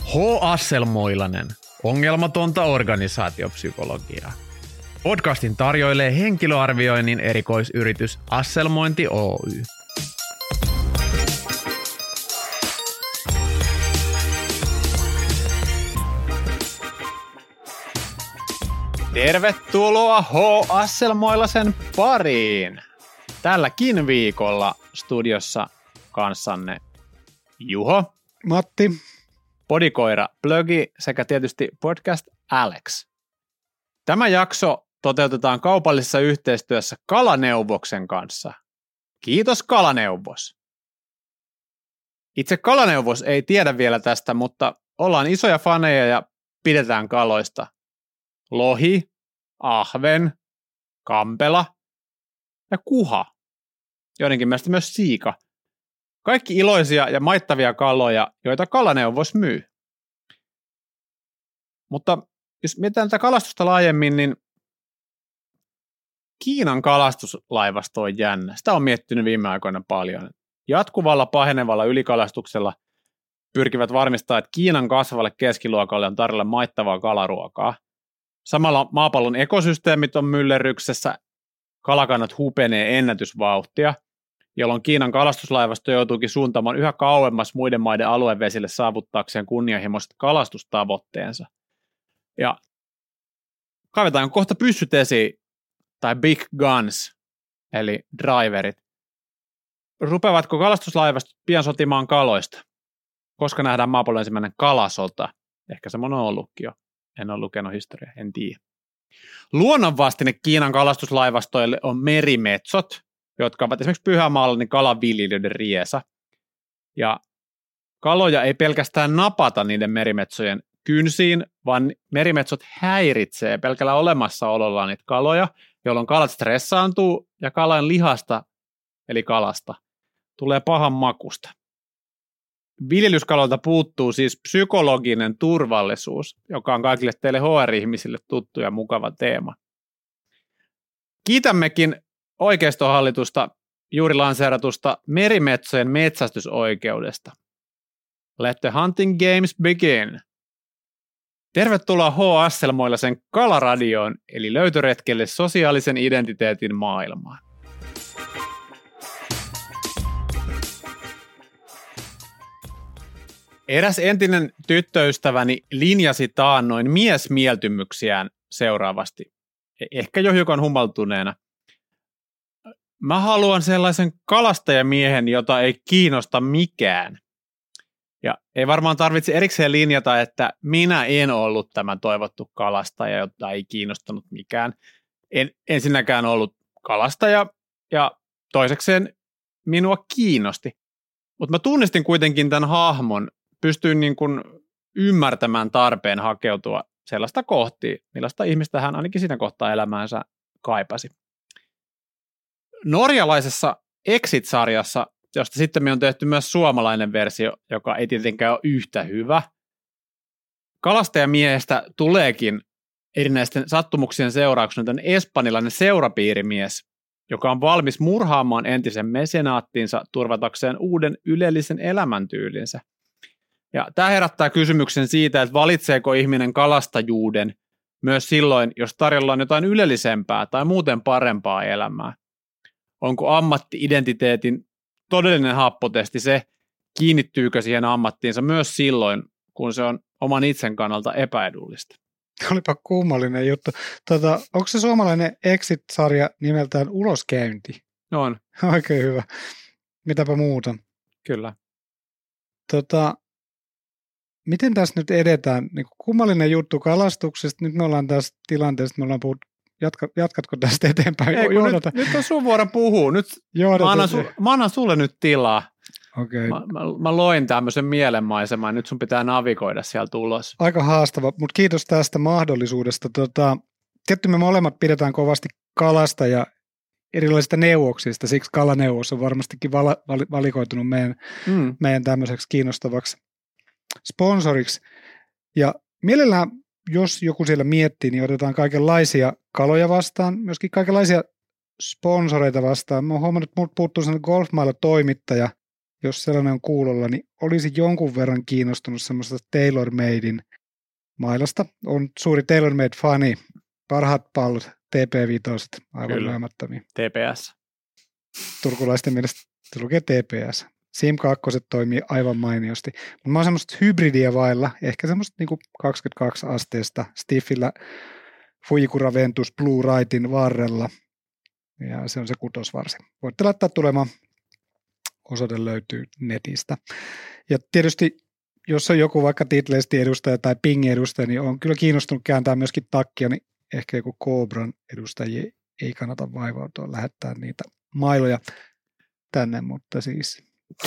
H. Asselmoilanen, ongelmatonta organisaatiopsykologiaa. Podcastin tarjoilee henkilöarvioinnin erikoisyritys Asselmointi Oy. Tervetuloa H. Asselmoilasen pariin. Tälläkin viikolla studiossa kanssanne Juho, Matti, Podikoira Plögi sekä tietysti podcast Alex. Tämä jakso toteutetaan kaupallisessa yhteistyössä Kalaneuvoksen kanssa. Kiitos Kalaneuvos. Itse Kalaneuvos ei tiedä vielä tästä, mutta ollaan isoja faneja ja pidetään kaloista. Lohi, ahven, kampela ja kuha. Joidenkin mielestä myös siika. Kaikki iloisia ja maittavia kaloja, joita Kalaneuvos myy. Mutta jos mietitään tätä kalastusta laajemmin, niin Kiinan kalastuslaivasto on jännä. Sitä on miettinyt viime aikoina paljon. Jatkuvalla pahenevalla ylikalastuksella pyrkivät varmistaa, että Kiinan kasvavalle keskiluokalle on tarjolla maittavaa kalaruokaa. Samalla maapallon ekosysteemit on myllerryksessä, kalakannat hupenee ennätysvauhtia, jolloin Kiinan kalastuslaivasto joutuukin suuntaamaan yhä kauemmas muiden maiden aluevesille saavuttaakseen kunnianhimoiset kalastustavoitteensa. Ja kaivetaan kohta pyssyt esiin, tai big guns, eli driverit. Rupeavatko kalastuslaivastot pian sotimaan kaloista? Koska nähdään maapallon ensimmäinen kalasota? Ehkä semmoinen on ollutkin jo. En ole lukenut historiaa, en tiedä. Luonnonvastine Kiinan kalastuslaivastoille on merimetsot, jotka ovat esimerkiksi Pyhämaalla niin kalanviljelijöiden riesa. Ja kaloja ei pelkästään napata niiden merimetsojen kynsiin, vaan merimetsot häiritsee pelkällä olemassaolollaan niitä kaloja, jolloin kalat stressaantuu ja kalan lihasta, eli kalasta, tulee pahan makusta. Viljelyskaloilta puuttuu siis psykologinen turvallisuus, joka on kaikille teille HR-ihmisille tuttu ja mukava teema. Kiitämmekin oikeistohallitusta juuri lanseeratusta merimetsojen metsästysoikeudesta. Let the hunting games begin. Tervetuloa H. Asselmoilasen Kalaradioon, eli löytöretkelle sosiaalisen identiteetin maailmaan. Eräs entinen tyttöystäväni linjasi taannoin miesmieltymyksiään seuraavasti, ehkä jo hiukan humaltuneena. Mä haluan sellaisen kalastajamiehen, jota ei kiinnosta mikään. Ja ei varmaan tarvitse erikseen linjata, että minä en ollut tämä toivottu kalastaja, jota ei kiinnostanut mikään. En ensinnäkään ollut kalastaja ja toisekseen minua kiinnosti. Mutta mä tunnistin kuitenkin tämän hahmon, pystyin niin kuin ymmärtämään tarpeen hakeutua sellaista kohti, millaista ihmistä hän ainakin siinä kohtaa elämäänsä kaipasi. Norjalaisessa Exit-sarjassa, josta sitten on tehty myös suomalainen versio, joka ei tietenkään ole yhtä hyvä, kalastajamiehestä tuleekin erinäisten sattumuksien seurauksena tämän espanjalainen seurapiirimies, joka on valmis murhaamaan entisen mesenaattinsa turvatakseen uuden ylellisen elämäntyylinsä. Ja tämä herättää kysymyksen siitä, että valitseeko ihminen kalastajuuden myös silloin, jos tarjolla on jotain ylellisempää tai muuten parempaa elämää. Onko ammatti-identiteetin todellinen happotesti se, kiinnittyykö siihen ammattiinsa myös silloin, kun se on oman itsen kannalta epäedullista? Olipa kummallinen juttu. Onko se suomalainen Exit-sarja nimeltään Uloskäynti? On. Oikein hyvä. Mitäpä muuta? Kyllä. Miten tässä nyt edetään? Niin kummallinen juttu kalastuksesta. Nyt me ollaan tässä tilanteessa, me ollaan puhuttu. Jatkatko tästä eteenpäin? Ei, nyt on sun vuoro puhua. Nyt mä annan sulle nyt tilaa. Okay. Mä loin tämmöisen mielenmaiseman, nyt sun pitää navigoida sieltä ulos. Aika haastava, mutta kiitos tästä mahdollisuudesta. Tietty me molemmat pidetään kovasti kalasta ja erilaisista neuvoksista, siksi Kalaneuvos on varmastikin valikoitunut meidän tämmöiseksi kiinnostavaksi sponsoriksi. Ja mielellään, jos joku siellä miettii, niin otetaan kaikenlaisia kaloja vastaan, myöskin kaikenlaisia sponsoreita vastaan. Mä oon huomannut, että multa puuttuu sellainen golfmailla toimittaja, jos sellainen on kuulolla, niin olisin jonkun verran kiinnostunut semmoisesta TaylorMadein mailasta. On suuri TaylorMade-fani, parhaat pallot, TP5, aivan lyömättömiä. TPS. Turkulaisten mielestä se lukee TPS. Sim 2 toimii aivan mainiosti. Mutta mä oon semmoista hybridiä vailla, ehkä semmoista niinku 22 asteesta Stiffillä Fujikura Ventus Blue Rightin varrella. Ja se on se kutosvarsi. Voitte laittaa tulemaan. Osoite löytyy netistä. Ja tietysti, jos on joku vaikka Titleistin edustaja tai Pingin edustaja, niin on kyllä kiinnostunut kääntää myöskin takkia, niin ehkä joku Cobran edustajia ei kannata vaivautua lähettää niitä mailoja tänne, mutta siis...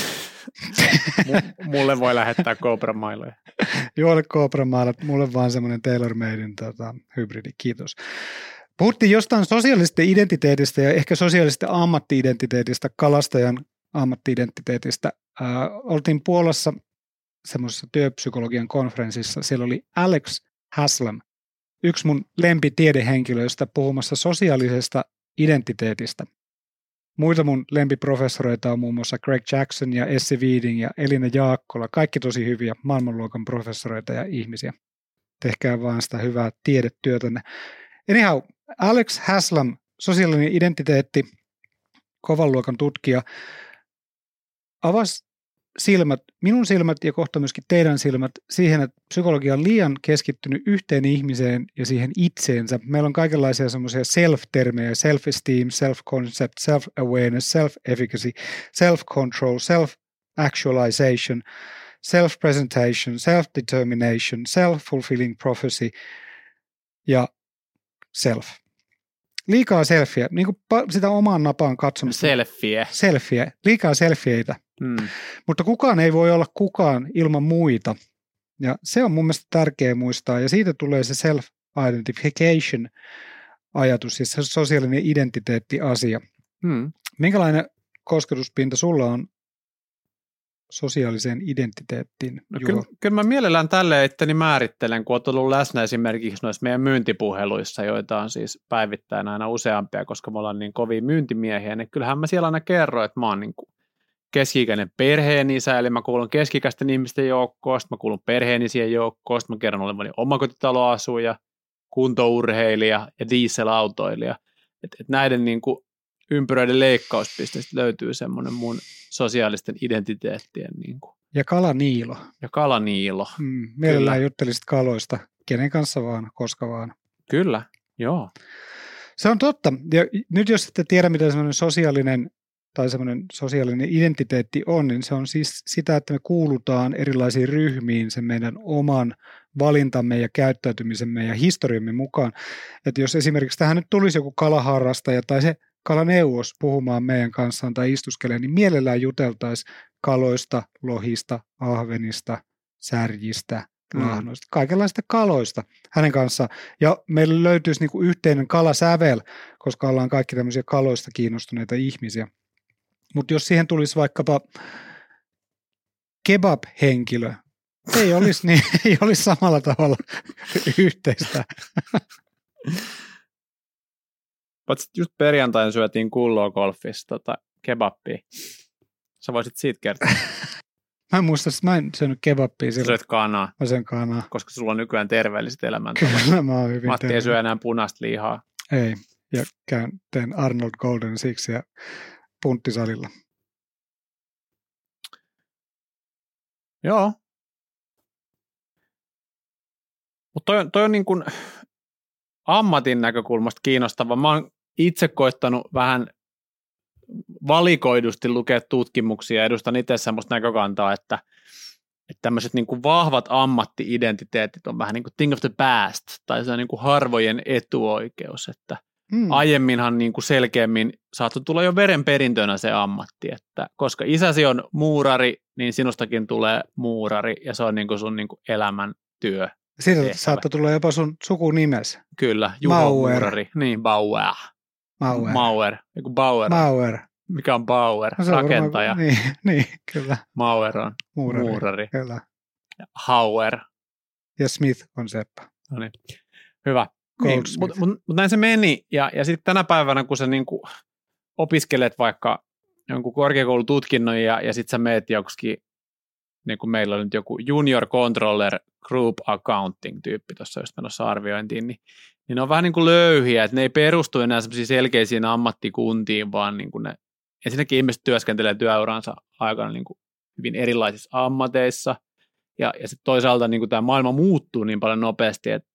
Mulle voi lähettää Cobran mailoja. Joille Cobran mailat, mulle vaan semmoinen TaylorMadein hybridi, kiitos. Puhuttiin jostain sosiaalisesta identiteetistä ja ehkä sosiaalisesta ammatti-identiteetistä, kalastajan ammatti-identiteetistä. Oltiin Puolassa semmoisessa työpsykologian konferenssissa. Siellä oli Alex Haslam, yksi mun lempitiedehenkilöistä, puhumassa sosiaalisesta identiteetistä. Muita mun lempiprofessoreita on muun muassa Greg Jackson ja Essi Weeding ja Elina Jaakkola. Kaikki tosi hyviä maailmanluokan professoreita ja ihmisiä. Tehkää vaan sitä hyvää tiedetyötänne. Anyhow, Alex Haslam, sosiaalinen identiteetti, kovan luokan tutkija, avasi minun silmät ja kohta myöskin teidän silmät siihen, että psykologia on liian keskittynyt yhteen ihmiseen ja siihen itseensä. Meillä on kaikenlaisia semmoisia self-termejä, self-esteem, self-concept, self-awareness, self-efficacy, self-control, self-actualization, self-presentation, self-determination, self-fulfilling prophecy ja self. Liikaa selfieä, niin kuin sitä omaan napaan katsomista. Selfie, liikaa selfieitä. Mutta kukaan ei voi olla kukaan ilman muita. Ja se on mun mielestä tärkeää muistaa. Ja siitä tulee se self-identification ajatus ja se sosiaalinen identiteetti-asia. Minkälainen kosketuspinta sulla on sosiaaliseen identiteettiin? No kyllä mä mielellään tälleen itteni määrittelen, kun olet ollut läsnä esimerkiksi noissa meidän myyntipuheluissa, joita on siis päivittäin aina useampia, koska me ollaan niin kovia myyntimiehiä, niin kyllähän mä siellä aina kerron, että mä oon niin kuin keski-ikäinen perheenisä, eli mä kuulun keski-ikäisten ihmisten joukkoon, sitten mä kuulun perheenisien joukkoon, sitten mä kerron olevani omakotitaloasuja, kuntourheilija ja dieselautoilija. Et näiden niin kuin ympyröiden leikkauspisteistä löytyy semmoinen mun sosiaalisten identiteettien. Niin kuin. Ja kalaniilo. Kyllä. Mielellään juttelisit kaloista, kenen kanssa vaan, koska vaan. Kyllä, joo. Se on totta. Ja nyt jos ette tiedä, mitä semmoinen sosiaalinen identiteetti on, niin se on siis sitä, että me kuulutaan erilaisiin ryhmiin sen meidän oman valintamme ja käyttäytymisemme ja historiamme mukaan. Että jos esimerkiksi tähän nyt tulisi joku kalaharrastaja tai se kalaneuvos puhumaan meidän kanssaan tai istuskelee, niin mielellään juteltaisiin kaloista, lohista, ahvenista, särjistä, lahnoista, kaikenlaista kaloista hänen kanssaan. Ja meillä löytyisi niinku yhteinen kalasävel, koska ollaan kaikki tämmöisiä kaloista kiinnostuneita ihmisiä. Mutta jos siihen tulisi vaikkapa kebab-henkilö, ei olisi samalla tavalla yhteistä. Just perjantaina syötiin Kulloa golfissa kebappia. Sä voisit siitä kertoa. Mä en muista, että mä en syönyt kebabia silloin. Syöt kanaa. Mä syön kanaa. Koska sulla on nykyään terveelliset elämäntavat. Kyllä, mä oon hyvin Matti ei syö enää punaista lihaa. Ei, ja teen Arnold Golden siksi ja punttisalilla. Joo. Mutta toi on niin kuin ammatin näkökulmasta kiinnostava. Mä oon itse koittanut vähän valikoidusti lukea tutkimuksia ja edustan itse semmoista näkökantaa, että tämmöiset niin kuin vahvat ammatti-identiteetit on vähän niin kuin thing of the past, tai se on niin kuin harvojen etuoikeus, että aiemminhan niin kuin selkeämmin saattoi tulla jo verenperintönä se ammatti, että koska isäsi on muurari, niin sinustakin tulee muurari, ja se on niin kuin sun niin kuin elämäntyö. Siitä saattoi tulla jopa sun sukunimesi. Kyllä, Juho Muurari. Niin, Bauer. Joku Bauer. Bauer. Mikä on Bauer? No, rakentaja. Niin, kyllä. Mauer on muurari. Kyllä. Hauer. Ja Smith on seppä. No niin, hyvä. Niin, mutta näin se meni. Ja sitten tänä päivänä, kun sä niinku opiskelet vaikka jonkun korkeakoulututkinnon ja sitten sä meet joksikin, niin kuin meillä on nyt joku junior controller group accounting tyyppi tuossa just menossa arviointiin, niin ne on vähän niin kuin löyhiä, että ne ei perustu enää semmoisiin selkeisiin ammattikuntiin, vaan niin kuin ne, ensinnäkin ihmiset työskentelee työuransa aikana niin kuin hyvin erilaisissa ammateissa, ja sitten toisaalta niin kuin tämä maailma muuttuu niin paljon nopeasti, että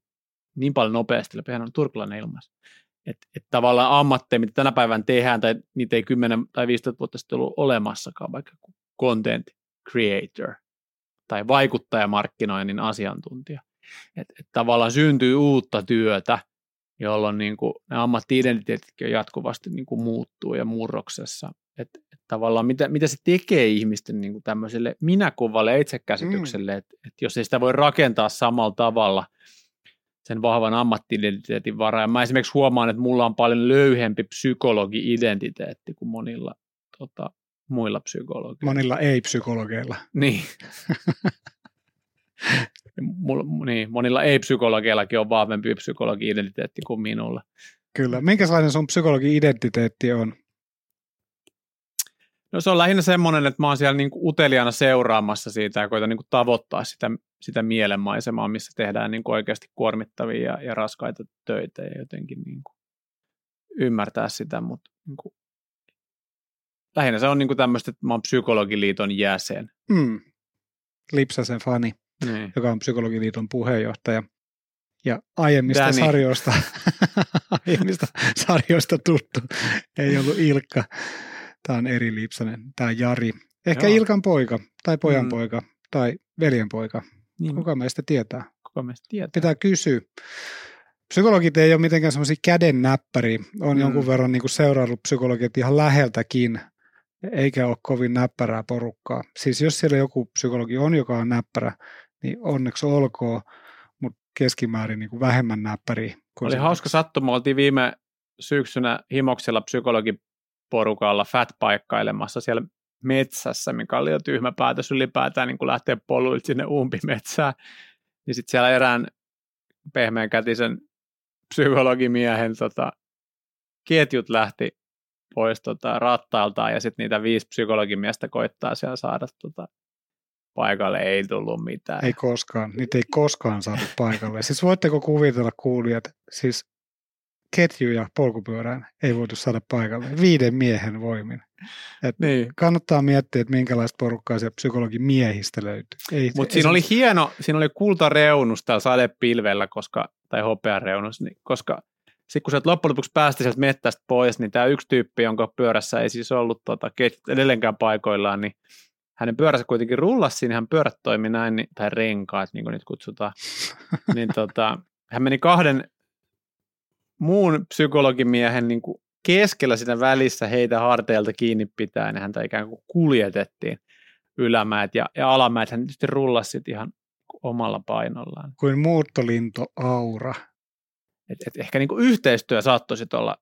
on turkilainen ilmaisu, että tavallaan ammatteja, mitä tänä päivänä tehdään, tai niitä ei 10 tai 15 vuotta sitten ollut olemassakaan, vaikka content creator tai vaikuttajamarkkinoinnin asiantuntija. Että tavallaan syntyy uutta työtä, jolloin niin kuin ne ammatti-identiteetitkin jatkuvasti niin kuin muuttuu ja murroksessa. Että tavallaan mitä se tekee ihmisten niin kuin tämmöiselle minäkuvalle ja itsekäsitykselle, että jos ei sitä voi rakentaa samalla tavalla sen vahvan ammatti-identiteetin varaan. Ja mä esimerkiksi huomaan, että mulla on paljon löyhempi psykologi-identiteetti kuin monilla muilla psykologeilla. Monilla ei-psykologeilla. Niin. Monilla ei-psykologeillakin on vahvempi psykologi-identiteetti kuin minulla. Kyllä. Minkälainen sun psykologi-identiteetti on? No se on lähinnä semmoinen, että mä oon siellä niinku uteliaana seuraamassa siitä ja koitan niinku tavoittaa sitä mielenmaisemaa, missä tehdään niinku oikeasti kuormittavia ja raskaita töitä ja jotenkin niinku ymmärtää sitä, mutta niinku lähinnä se on niinku tämmöistä, että mä oon Psykologiliiton jäsen. Lipsasen fani, joka on Psykologiliiton puheenjohtaja. Ja aiemmista sarjoista tuttu. Ei ollut Ilkka. Tämä on Eri Lipsanen. Tämä on Jari. Ehkä Joo. Ilkan poika tai pojan poika tai veljen poika. Niin. Kuka meistä tietää? Pitää kysyä. Psykologit ei ole mitenkään semmoisia kädennäppäriä. On jonkun verran niin kuin seuraillut psykologit ihan läheltäkin, eikä ole kovin näppärää porukkaa. Siis jos siellä joku psykologi on, joka on näppärä, niin onneksi olkoon, mutta keskimäärin niin kuin vähemmän näppäriä. Oli hauska sattuma. Oltiin viime syksynä Himoksella psykologiporukalla fat-paikkailemassa siellä metsässä, mikä oli jo tyhmä päätös ylipäätään niin kun lähtee poluilta sinne umpimetsään. Niin sitten siellä erään pehmeänkätisen psykologimiehen ketjut lähti pois rattailtaan ja sitten niitä 5 psykologimiestä koittaa siellä saada paikalle, ei tullut mitään. Ei koskaan, niitä ei koskaan saatu paikalle. Siis voitteko kuvitella kuulijat, siis ketjuja polkupyörään ei voitu saada paikalle 5 miehen voimin. Niin. Kannattaa miettiä, että minkälaista porukkaa siellä psykologimiehistä löytyy. Mutta siinä oli hieno, siinä oli kultareunus täällä sadepilvellä, tai hopeareunus, koska sitten kun se loppujen lopuksi päästi sieltä mettästä pois, niin tämä yksi tyyppi, jonka pyörässä ei siis ollut ketjut edelleenkään paikoillaan, niin hänen pyörässä kuitenkin rullasi siinä, hän pyörät toimi näin, tai renkaat, niin kuin nyt kutsutaan, niin hän meni 2 muun psykologimiehen niin kuin keskellä sitä välissä heitä harteilta kiinni pitäen, niin häntä ikään kuin kuljetettiin ylämäät ja alamäät, hän tietysti rullasi sit ihan omalla painollaan. Kuin muuttolinto-aura. Et ehkä niin kuin yhteistyö saattoi sitten olla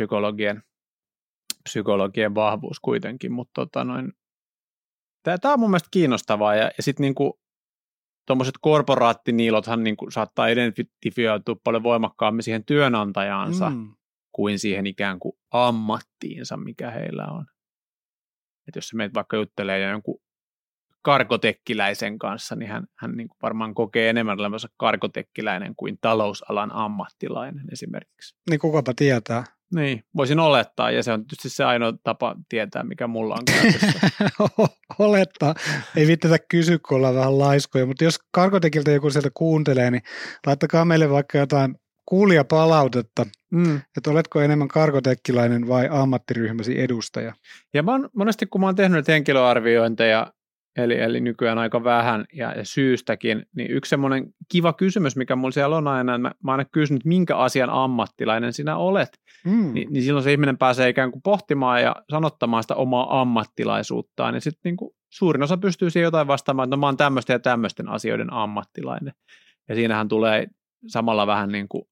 psykologien vahvuus kuitenkin, mutta tämä on mun mielestä kiinnostavaa ja sitten niinku tuommoiset korporaattiniilothan niinku saattaa identifioitua paljon voimakkaammin siihen työnantajaansa kuin siihen ikään kuin ammattiinsa, mikä heillä on. Et jos sä meet vaikka juttelee jonkun karkotekkiläisen kanssa, niin hän niinku varmaan kokee enemmän olevansa karkotekkiläinen kuin talousalan ammattilainen esimerkiksi. Niin kukapa tietää. Niin, voisin olettaa, ja se on tietysti se ainoa tapa tietää, mikä mulla on käytössä. Olettaa. Ei viittetä kysyä, kun ollaan vähän laiskoja, mutta jos karkotekiltä joku sieltä kuuntelee, niin laittakaa meille vaikka jotain kuulijapalautetta, että oletko enemmän karkotekkiläinen vai ammattiryhmäsi edustaja. Ja monesti kun mä oon tehnyt henkiloarviointeja, eli nykyään aika vähän ja syystäkin, niin yksi semmoinen kiva kysymys, mikä mulla siellä on aina, mä aina kysynyt, minkä asian ammattilainen sinä olet, niin silloin se ihminen pääsee ikään kuin pohtimaan ja sanottamaan sitä omaa ammattilaisuuttaan, ja sitten niin kuin suurin osa pystyy siihen jotain vastaamaan, että no mä oon tämmöisten ja tämmöisten asioiden ammattilainen, ja siinähän tulee samalla vähän niin kuin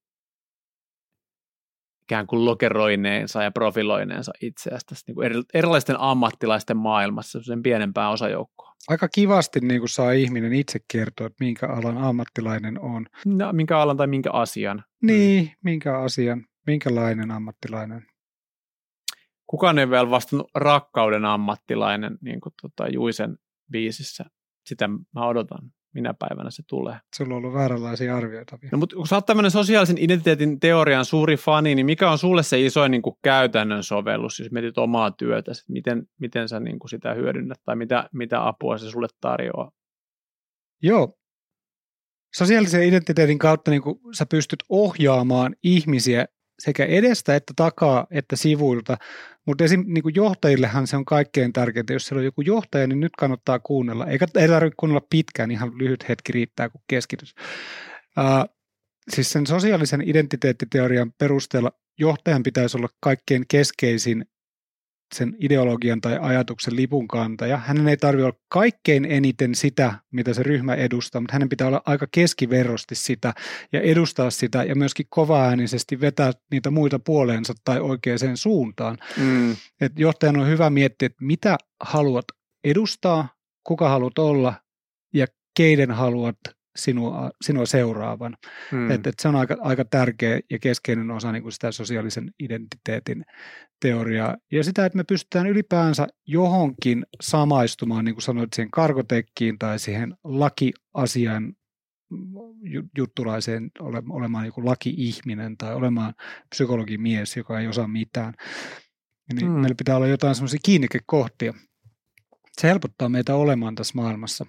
ikään kuin lokeroineensa ja profiloineensa itseästä niin kuin erilaisten ammattilaisten maailmassa, sen pienempää osajoukkoa. Aika kivasti niin kuin saa ihminen itse kertoa, että minkä alan ammattilainen on. No, minkä alan tai minkä asian. Niin, minkä asian, minkälainen ammattilainen. kukaan ei vielä vastannut rakkauden ammattilainen, niin kuin Juisen biisissä. Sitä mä odotan, minä päivänä se tulee. Sulla on ollut vääränlaisia arvioita. No, mutta kun sä oot tämmöinen sosiaalisen identiteetin teorian suuri fani, niin mikä on sulle se isoin niin kuin käytännön sovellus, jos mietit omaa työtä, miten sä niin kuin sitä hyödynnät tai mitä apua se sulle tarjoaa? Joo. Sosiaalisen identiteetin kautta niin kuin sä pystyt ohjaamaan ihmisiä sekä edestä että takaa että sivuilta, mutta niin kuin johtajillehan se on kaikkein tärkeintä. Jos siellä on joku johtaja, niin nyt kannattaa kuunnella. Ei tarvitse kuunnella pitkään, ihan lyhyt hetki riittää, kun keskityt. Siis sen sosiaalisen identiteettiteorian perusteella johtajan pitäisi olla kaikkein keskeisin sen ideologian tai ajatuksen lipunkantaja. Hänen ei tarvitse olla kaikkein eniten sitä, mitä se ryhmä edustaa, mutta hänen pitää olla aika keskiverrosti sitä ja edustaa sitä ja myöskin kovaäänisesti vetää niitä muita puoleensa tai oikeaan suuntaan. Et johtajan on hyvä miettiä, että mitä haluat edustaa, kuka haluat olla ja keiden haluat sinua seuraavan. Et se on aika tärkeä ja keskeinen osa niin kuin sitä sosiaalisen identiteetin teoriaa. Ja sitä, että me pystytään ylipäänsä johonkin samaistumaan, niin kuin sanoit, siihen karkotekkiin tai siihen lakiasian juttulaiseen olemaan joku laki-ihminen tai olemaan psykologimies, joka ei osaa mitään. Niin meillä pitää olla jotain semmoisia kiinnikekohtia. Se helpottaa meitä olemaan tässä maailmassa.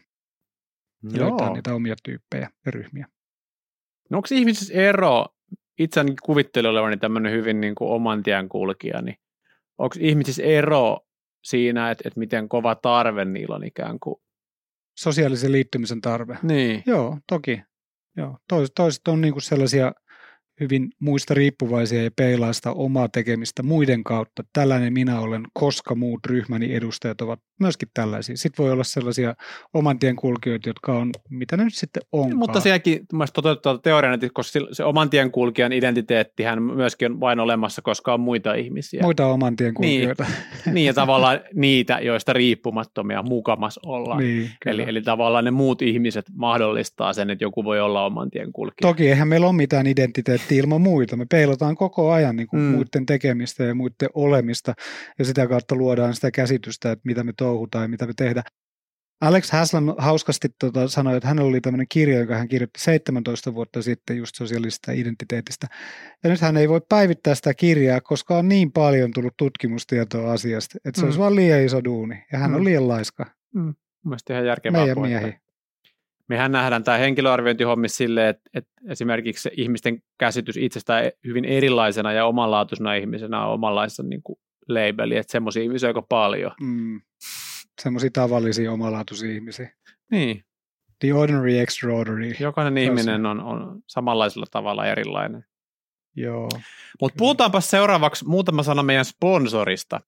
Ja löytää niitä omia tyyppejä ja ryhmiä. No onko ihmisessä ero, itse ainakin kuvittelen olevani tämmöinen hyvin niin kuin oman tien kulkija, niin onko ihmisissä ero siinä, että miten kova tarve niillä on ikään kuin? Sosiaalisen liittymisen tarve. Niin. Joo, toki. Joo. Toiset on niin kuin sellaisia hyvin muista riippuvaisia ja peilaa sitä omaa tekemistä muiden kautta. Tällainen minä olen, koska muut ryhmäni edustajat ovat myöskin tällaisia. Sitten voi olla sellaisia oman tien kulkijoita, jotka on, mitä ne nyt sitten onkaan. Mutta sielläkin toteuttaa teoriana, että koska se oman tien kulkijan identiteettihän myöskin on vain olemassa, koska on muita ihmisiä. Muita oman tien kulkijoita. Niin ja tavallaan niitä, joista riippumattomia mukamas ollaan. Niin, eli tavallaan ne muut ihmiset mahdollistaa sen, että joku voi olla oman tien kulkija. Toki eihän meillä ole mitään identiteettiä ilman muita. Me peilataan koko ajan niin kuin muiden tekemistä ja muiden olemista ja sitä kautta luodaan sitä käsitystä, että mitä me touhutaan ja mitä me tehdään. Alex Haslam hauskasti sanoi, että hänellä oli tämmöinen kirja, jonka hän kirjoitti 17 vuotta sitten just sosiaalisesta identiteetistä. Ja nyt hän ei voi päivittää sitä kirjaa, koska on niin paljon tullut tutkimustietoa asiasta, että se olisi vaan liian iso duuni ja hän on liian laiska. Mielestäni ihan järkevää meidän miehiä. Mehän nähdään tämä henkilöarviointihommissa silleen, että esimerkiksi se ihmisten käsitys itsestään hyvin erilaisena ja omanlaatuisena ihmisenä on omanlaisessa niin kuin labeli, että semmoisia ihmisiä aika paljon. Semmoisia tavallisia omanlaatuisia ihmisiä. Niin. The ordinary extraordinary. Jokainen ihminen on samanlaisella tavalla erilainen. Joo. Mutta puhutaanpa seuraavaksi muutama sana meidän sponsorista.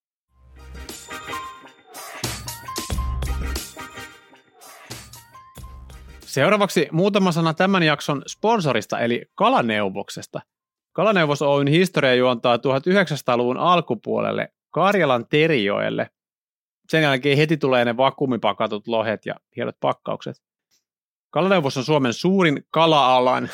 Seuraavaksi muutama sana tämän jakson sponsorista, eli Kalaneuvoksesta. Kalaneuvos Oyn historia juontaa 1900-luvun alkupuolelle Karjalan Terijoelle. Sen jälkeen heti tulee ne vakuumipakatut lohet ja hienot pakkaukset. Kalaneuvos on Suomen suurin kala-alan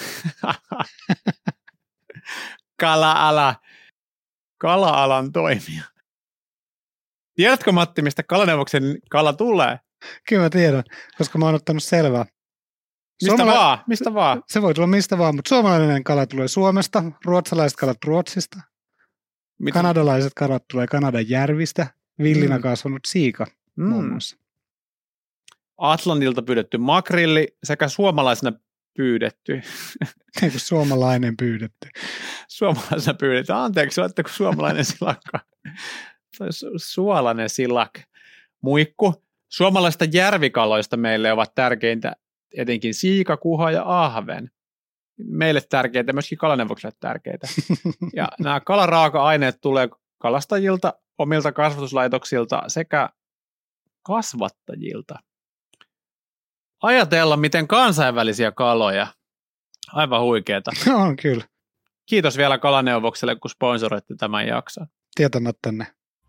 kala-alan toimija. Tiedätkö, Matti, mistä Kalaneuvoksen kala tulee? Kyllä mä tiedän, koska mä oon ottanut selvää. Mistä vaan? Se voi tulla mistä vaan, mutta suomalainen kala tulee Suomesta, ruotsalaiset kalat Ruotsista, kanadalaiset kalat tulee Kanadan järvistä, villinä kasvanut siika muun muassa. Atlantilta pyydetty makrilli sekä suomalaisena pyydetty. Eikö suomalainen pyydetty? Suomalaisena pyydetty. Anteeksi, oletteko suomalainen silakka? Suolainen silak. Muikku. Suomalaisista järvikaloista meille ovat tärkeintä etenkin siika, kuha ja ahven. Meille tärkeitä, myöskin Kalaneuvokselle tärkeitä. Ja nämä kalaraaka-aineet tulee kalastajilta, omilta kasvatuslaitoksilta sekä kasvattajilta. Ajatella, miten kansainvälisiä kaloja. Aivan huikeeta. On kyllä. Kiitos vielä Kalaneuvokselle, kun sponsoroitte tämän jakson. Tietämättänne.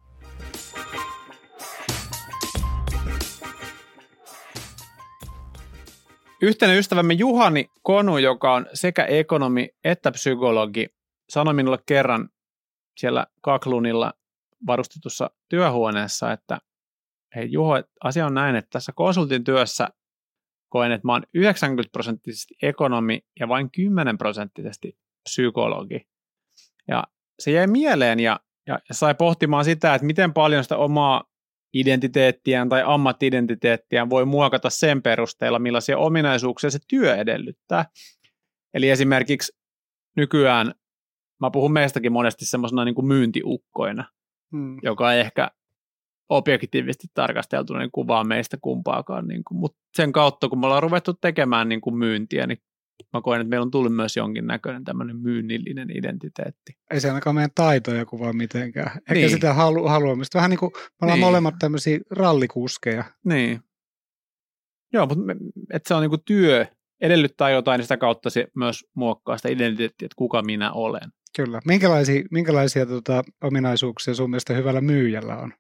Yhtenä ystävämme Juhani Konu, joka on sekä ekonomi että psykologi, sanoi minulle kerran siellä Kaklunilla varustetussa työhuoneessa, että hei Juho, asia on näin, että tässä konsultin työssä koen, että mä oon 90% ekonomi ja vain 10% psykologi. Ja se jäi mieleen ja sai pohtimaan sitä, että miten paljon sitä omaa identiteettiään tai ammatti-identiteettiään voi muokata sen perusteella, millaisia ominaisuuksia se työ edellyttää. Eli esimerkiksi nykyään, mä puhun meistäkin monesti semmoisena niin kuin myyntiukkoina, joka ei ehkä objektiivisesti tarkasteltuna niin kuvaa meistä kumpaakaan, niin kuin, mutta sen kautta, kun me ollaan ruvettu tekemään niin kuin myyntiä, niin mä koen, että meillä on tullut myös jonkinnäköinen tämmöinen myynnillinen identiteetti. Ei se ainakaan meidän taitoja kuvaa mitenkään. Eikä niin. Sitä haluamista. Vähän niin kuin me ollaan molemmat tämmöisiä rallikuskeja. Niin. Joo, mutta että se on niin kuin työ, edellyttää jotain, niin sitä kautta se myös muokkaa sitä identiteettiä, että kuka minä olen. Kyllä. Minkälaisia ominaisuuksia sun mielestä hyvällä myyjällä on?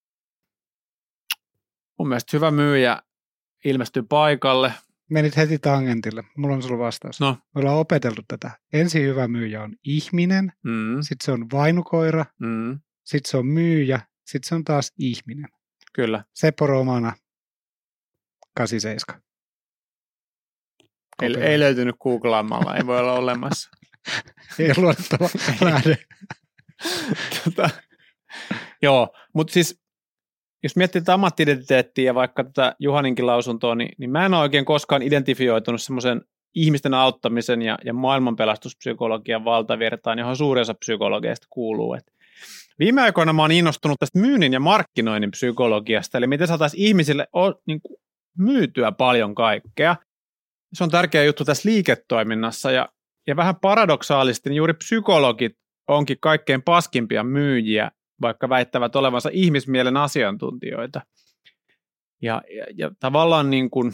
Mun mielestä hyvä myyjä ilmestyy paikalle. Menit heti tangentille. Mulla on sulla vastaus. No. Me ollaan opeteltu tätä. Ensin hyvä myyjä on ihminen, sitten se on vainukoira, sitten se on myyjä, sitten se on taas ihminen. Kyllä. Seppo Romana, 87. Ei löytynyt googlaamalla, ei voi olla olemassa. Ei luotettava lähde. Joo, mutta siis jos miettii tätä ammatti-identiteettiä ja vaikka tätä Juhaninkin lausuntoa, niin mä en ole oikein koskaan identifioitunut semmoisen ihmisten auttamisen ja maailmanpelastuspsykologian valtavirtaan, johon suurin osa psykologiasta kuuluu. Et viime aikoina mä oon innostunut tästä myynnin ja markkinoinnin psykologiasta, eli miten saataisiin ihmisille niin kuin myytyä paljon kaikkea. Se on tärkeä juttu tässä liiketoiminnassa ja vähän paradoksaalisesti niin juuri psykologit onkin kaikkein paskimpia myyjiä, vaikka väittävät olevansa ihmismielen asiantuntijoita. Ja tavallaan niin kuin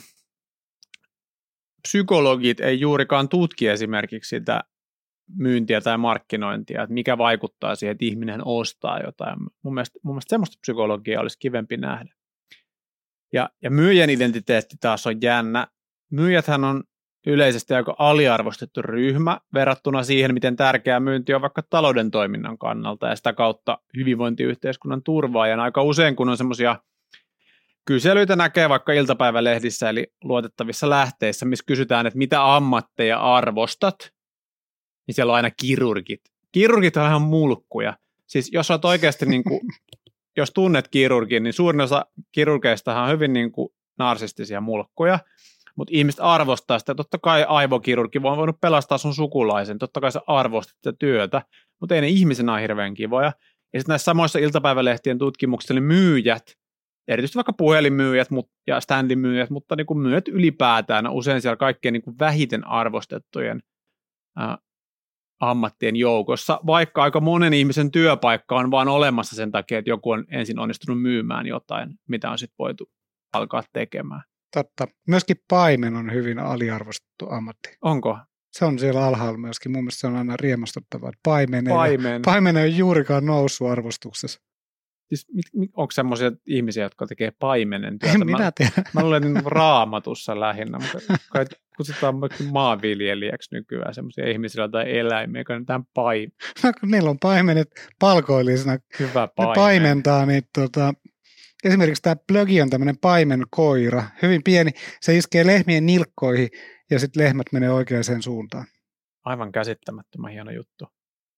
psykologit ei juurikaan tutki esimerkiksi sitä myyntiä tai markkinointia, että mikä vaikuttaa siihen, että ihminen ostaa jotain. Mun mielestä semmoista psykologiaa olisi kivempi nähdä. Ja myyjän identiteetti taas on jännä. Myyjäthän on yleisesti aika aliarvostettu ryhmä verrattuna siihen, miten tärkeää myynti on vaikka talouden toiminnan kannalta ja sitä kautta hyvinvointiyhteiskunnan turvaajana. Aika usein, kun on semmoisia kyselyitä näkee vaikka iltapäivälehdissä eli luotettavissa lähteissä, missä kysytään, että mitä ammatteja arvostat, niin siellä on aina kirurgit. Kirurgit on ihan mulkkuja. Siis jos olet oikeasti, niin kuin, jos tunnet kirurgin, niin suurin osa kirurgeista on hyvin niin kuin narsistisia mulkkuja, mutta ihmiset arvostaa sitä. Totta kai aivokirurgi on voinut pelastaa sun sukulaisen, totta kai sä arvostat sitä työtä, mutta ei ne ihmisenä ole hirveän kivoja. Ja sitten näissä samoissa iltapäivälehtien tutkimuksissa niin myyjät, erityisesti vaikka puhelinmyyjät ja standimyyjät, mutta niin kuin myyjät ylipäätään on usein siellä kaikkein niin kuin vähiten arvostettujen ammattien joukossa, vaikka aika monen ihmisen työpaikka on vaan olemassa sen takia, että joku on ensin onnistunut myymään jotain, mitä on sitten voitu alkaa tekemään. Totta. Myöskin paimen on hyvin aliarvostettu ammatti. Onko? Se on siellä alhaalla myöskin. Mun mielestä se on aina riemastuttavaa, että paimen ei juurikaan noussut arvostuksessa. Siis, onko semmoisia ihmisiä, jotka tekee paimenen työtä? En minä tiedä. Mä luulen Raamatussa lähinnä, mutta kai kutsutaan maanviljelijäksi nykyään semmoisia ihmisiä tai eläimiä, jotka on tämän paimen. No, kun niillä on paimenet palkoillisena. Hyvä paimen. Ne paimentaa niitä, esimerkiksi tämä plögi on tämmöinen paimenkoira, hyvin pieni. Se iskee lehmien nilkkoihin ja sitten lehmät menee oikeaan suuntaan. Aivan käsittämättömän hieno juttu.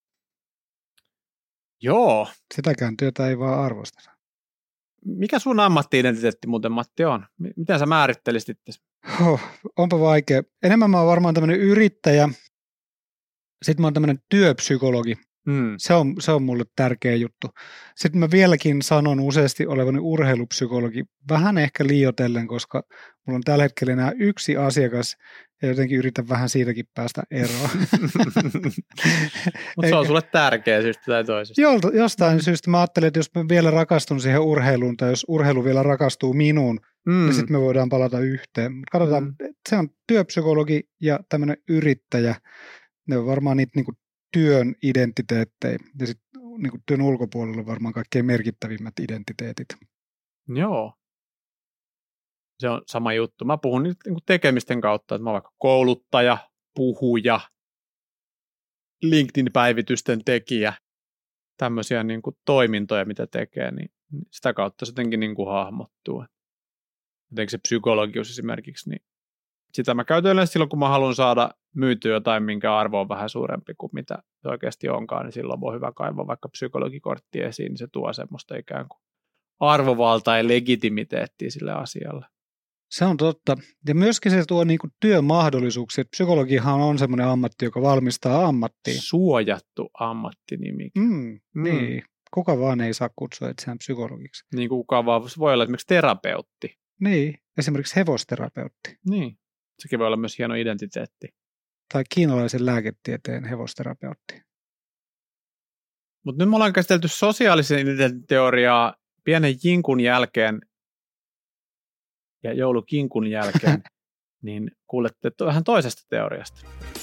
Joo. Sitäkään työtä ei vaan arvosteta. Mikä sun ammatti-identiteetti muuten, Matti, on? Miten sä määrittelisit itse? Onpa vaikea. Enemmän mä oon varmaan tämmöinen yrittäjä. Sitten mä oon tämmöinen työpsykologi. Se on mulle tärkeä juttu. Sitten mä vieläkin sanon useasti olevani urheilupsykologi, vähän ehkä liioitellen, koska mulla on tällä hetkellä enää yksi asiakas ja jotenkin yritän vähän siitäkin päästä eroon. Mutta se on sulle tärkeä syystä tai toisesta. Jostain syystä mä ajattelin, että jos mä vielä rakastun siihen urheiluun tai jos urheilu vielä rakastuu minuun, niin sitten me voidaan palata yhteen. Katsotaan, se on työpsykologi ja tämmöinen yrittäjä. Ne on varmaan niitä niinku työn identiteettejä ja sitten niin työn ulkopuolella varmaan kaikkein merkittävimmät identiteetit. Joo. Se on sama juttu. Mä puhun nyt niin tekemisten kautta, että mä oon vaikka kouluttaja, puhuja, LinkedIn-päivitysten tekijä. tämmöisiä niin kuin toimintoja, mitä tekee, niin sitä kautta se jotenkin niin kuin hahmottuu. Jotenkin se psykologius esimerkiksi, niin sitä mä käytän yleensä silloin, kun mä haluan saada myytyä jotain, minkä arvo on vähän suurempi kuin mitä se oikeasti onkaan, niin silloin voi hyvä kaivaa vaikka psykologikortti esiin, niin se tuo semmoista ikään kuin arvovaltaa ja legitimiteettiä sille asialle. Se on totta. Ja myöskin se tuo niinku työmahdollisuuksia. Psykologihan on semmoinen ammatti, joka valmistaa ammattiin. Suojattu ammattinimi. Niin, kuka vaan ei saa kutsua itseään psykologiksi. Niin kuin kuka vaan voi olla esimerkiksi terapeutti. Niin, esimerkiksi hevosterapeutti. Niin, sekin voi olla myös hieno identiteetti. Tai kiinalaisen lääketieteen hevosterapeutti. Mutta nyt me ollaan käsitelty sosiaalisen identiteettiteoriaa pienen jinkun jälkeen ja joulukinkun jälkeen, niin kuulette vähän toisesta teoriasta.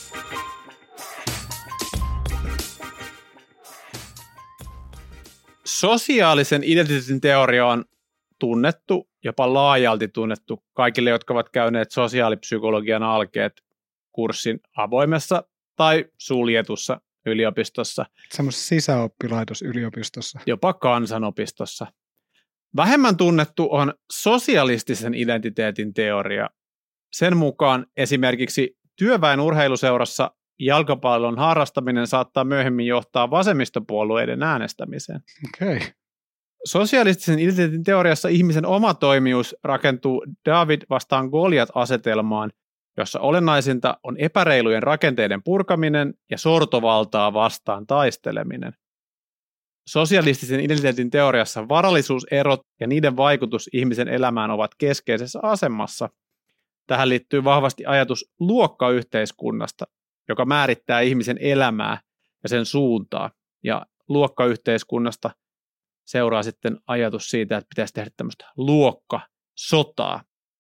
Sosiaalisen identiteetin teoria on tunnettu, jopa laajalti tunnettu kaikille, jotka ovat käyneet sosiaalipsykologian alkeet kurssin avoimessa tai suljetussa yliopistossa. Semmoisessa sisäoppilaitos yliopistossa. Jopa kansanopistossa. Vähemmän tunnettu on sosialistisen identiteetin teoria. Sen mukaan esimerkiksi työväen urheiluseurassa jalkapallon harrastaminen saattaa myöhemmin johtaa vasemmistopuolueiden äänestämiseen. Okay. Sosialistisen identiteetin teoriassa ihmisen oma toimijuus rakentuu David vastaan Goliat-asetelmaan, jossa olennaisinta on epäreilujen rakenteiden purkaminen ja sortovaltaa vastaan taisteleminen. Sosialistisen identiteetin teoriassa varallisuuserot ja niiden vaikutus ihmisen elämään ovat keskeisessä asemassa. Tähän liittyy vahvasti ajatus luokkayhteiskunnasta, joka määrittää ihmisen elämää ja sen suuntaa. Ja luokkayhteiskunnasta seuraa sitten ajatus siitä, että pitäisi tehdä tämmöistä luokkasotaa.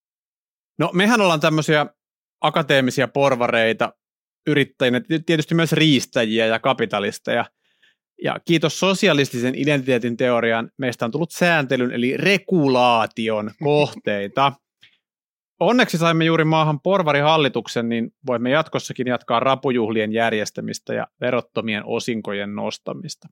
No mehän ollaan tämmöisiä akateemisia porvareita, yrittäjiä, tietysti myös riistäjiä ja kapitalisteja. Ja kiitos sosialistisen identiteetin teorian meistä on tullut sääntelyn eli regulaation kohteita. Onneksi saimme juuri maahan porvarihallituksen, niin voimme jatkossakin jatkaa rapujuhlien järjestämistä ja verottomien osinkojen nostamista.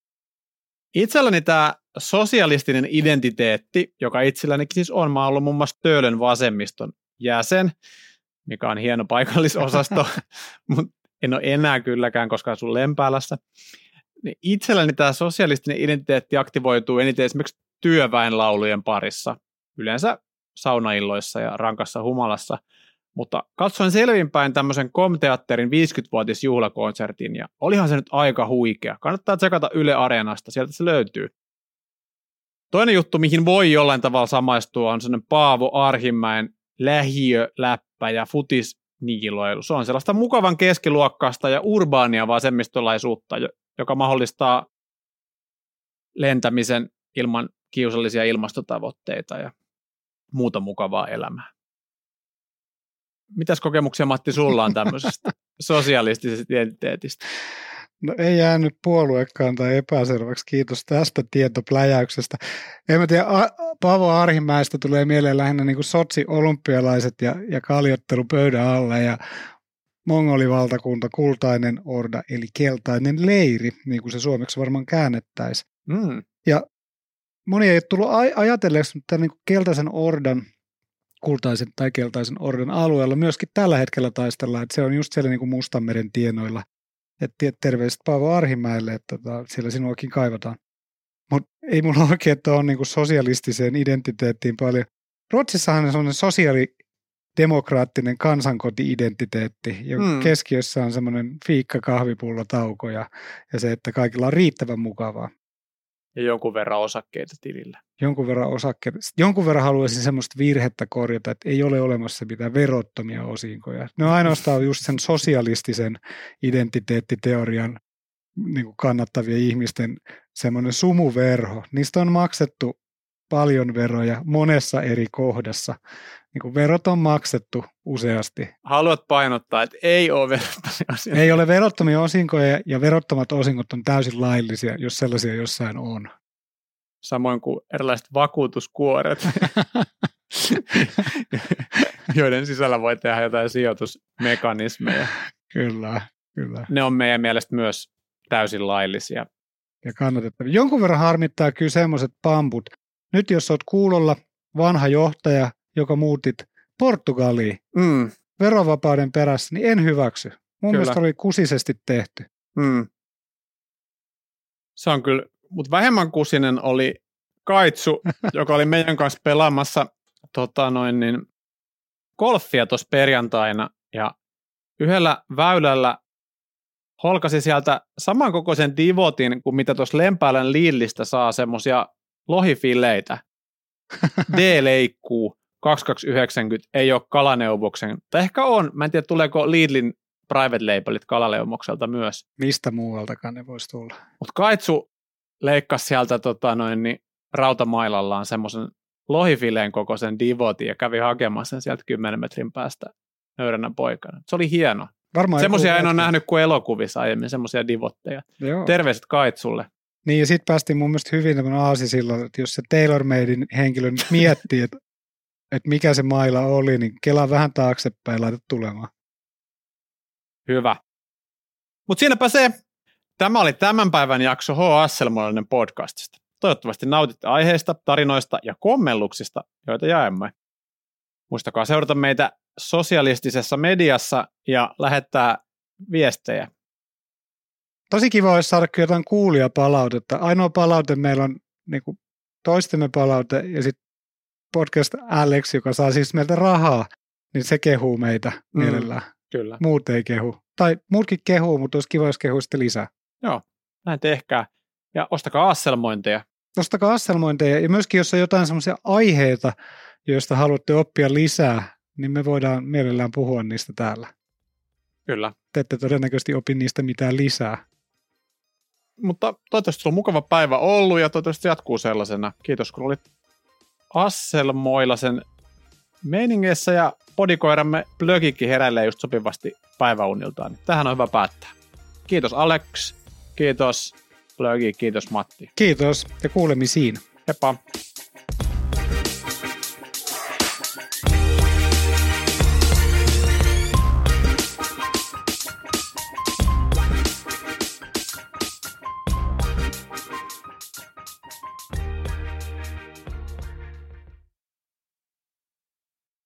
Itselläni tämä sosialistinen identiteetti, joka itsellänikin siis on, mä oon ollut muun muassa Töölön vasemmiston jäsen, mikä on hieno paikallisosasto, mutta en ole enää kylläkään, koska asun Lempäälässä. Niin itselläni tämä sosialistinen identiteetti aktivoituu eniten esimerkiksi työväenlaulujen parissa, yleensä saunailloissa ja rankassa humalassa, mutta katsoin selvinpäin tämmöisen Komteatterin 50-vuotisjuhlakonsertin ja olihan se nyt aika huikea. Kannattaa tsekata Yle Areenasta, sieltä se löytyy. Toinen juttu, mihin voi jollain tavalla samaistua, on sellainen Paavo Arhimäen lähiöläppä ja futisniiloilu. Se on sellaista mukavan keskiluokkaista ja urbaania vasemmistolaisuutta, joka mahdollistaa lentämisen ilman kiusallisia ilmastotavoitteita ja muuta mukavaa elämää. Mitäs kokemuksia, Matti, sulla on tämmöisestä sosialistisesta identiteetistä? No ei jäänyt puoluekaan tai epäselväksi. Kiitos tästä tietopläjäyksestä. En mä tiedä, Paavo Arhimäestä tulee mieleen lähinnä niin kuin Sotsi-olympialaiset ja kaljottelu pöydän alle ja mongolivaltakunta, kultainen orda eli keltainen leiri, niin kuin se suomeksi varmaan käännettäisiin. Ja moni ei tullut ajatelleeksi, että niin kuin keltaisen ordan, kultaisen tai keltaisen ordan alueella myöskin tällä hetkellä taistellaan, että se on just siellä niin kuin Mustanmeren tienoilla. Et terveiset Paavo Arhimäelle, että siellä sinuakin kaivataan. Mutta ei mulla oikein, että on niin kuin sosialistiseen identiteettiin paljon. Ruotsissahan on sellainen sosiaalidemokraattinen kansankoti-identiteetti, ja keskiössä on semmoinen fiikka kahvipullotauko ja se, että kaikilla on riittävän mukavaa. Ja jonkun verran osakkeita tilillä. Jonkun verran osakkeita. Jonkun verran haluaisin semmoista virhettä korjata, että ei ole olemassa mitään verottomia osinkoja. Ne on ainoastaan just sen sosialistisen identiteettiteorian niin kuin kannattavia ihmisten semmoinen sumuverho. Niistä on maksettu paljon veroja monessa eri kohdassa. Niin kuin verot on maksettu useasti. Haluat painottaa, että ei ole verottomia osinkoja. Ei ole verottomia osinkoja ja verottomat osingot on täysin laillisia, jos sellaisia jossain on. Samoin kuin erilaiset vakuutuskuoret, joiden sisällä voi tehdä jotain sijoitusmekanismeja. Kyllä. Ne on meidän mielestä myös täysin laillisia. ja kannatettavia. Jonkun verran harmittaa kyllä semmoiset pamput. Nyt jos olet kuulolla vanha johtaja, joka muutit Portugaliin verovapauden perässä, niin en hyväksy. Mun mielestä oli kusisesti tehty. Se on kyllä, mutta vähemmän kusinen oli Kaitsu, joka oli meidän kanssa pelaamassa golfia tuossa perjantaina ja yhdellä väylällä holkasi sieltä samankokoisen divotin kuin mitä tuossa Lempäälän Lidlistä saa semmoisia lohifilleitä. D-leikkuu 2290, ei ole kalaneuvoksen. Tai ehkä on, mä en tiedä tuleeko Lidlin private labelit kalaneuvokselta myös. Mistä muualtakaan ne voisi tulla. Mutta Kaitsu leikkasi sieltä rautamailallaan semmoisen lohifileen kokoisen divotin ja kävi hakemaan sen sieltä 10 metrin päästä nöyränä poikana. Se oli hieno. Semmoisia en ole nähnyt kuin elokuvissa aiemmin, semmoisia divotteja. Joo. Terveiset Kaitsulle. Niin ja sitten päästiin mun mielestä hyvin tämmöinen aasisilla, että jos se TaylorMadein henkilö nyt miettii, että mikä se maila oli, niin kelaa vähän taaksepäin ja laita tulemaan. Hyvä. Mutta siinäpä se. Tämä oli tämän päivän jakso H. Asselmoinen podcastista. Toivottavasti nautitte aiheista, tarinoista ja kommelluksista, joita jaemme. Muistakaa seurata meitä sosialistisessa mediassa ja lähettää viestejä. Tosi kiva olisi saada kyllä jotain kuulijapalautetta. Ainoa palaute meillä on niin kuin toistemme palaute ja sitten podcast Alex, joka saa siis meiltä rahaa, niin se kehuu meitä mielellään. Kyllä. Muut ei kehu. Tai muutkin kehuu, mutta olisi kiva, jos kehuu sitten lisää. Joo, näin tehkää. Ja ostakaa asselmointeja. Ostakaa asselmointeja ja myöskin jos on jotain semmoisia aiheita, joista haluatte oppia lisää, niin me voidaan mielellään puhua niistä täällä. Kyllä. Te ette todennäköisesti opi niistä mitään lisää. Mutta toivottavasti sulla on mukava päivä ollut ja toivottavasti se jatkuu sellaisena. Kiitos kun olit Asselmoilasen meiningeissä ja podikoiramme Plögikki heräilee just sopivasti päiväuniltaan. Tähän on hyvä päättää. Kiitos Alex, kiitos Plögi, kiitos Matti. Kiitos ja kuulemisiin. Heippa.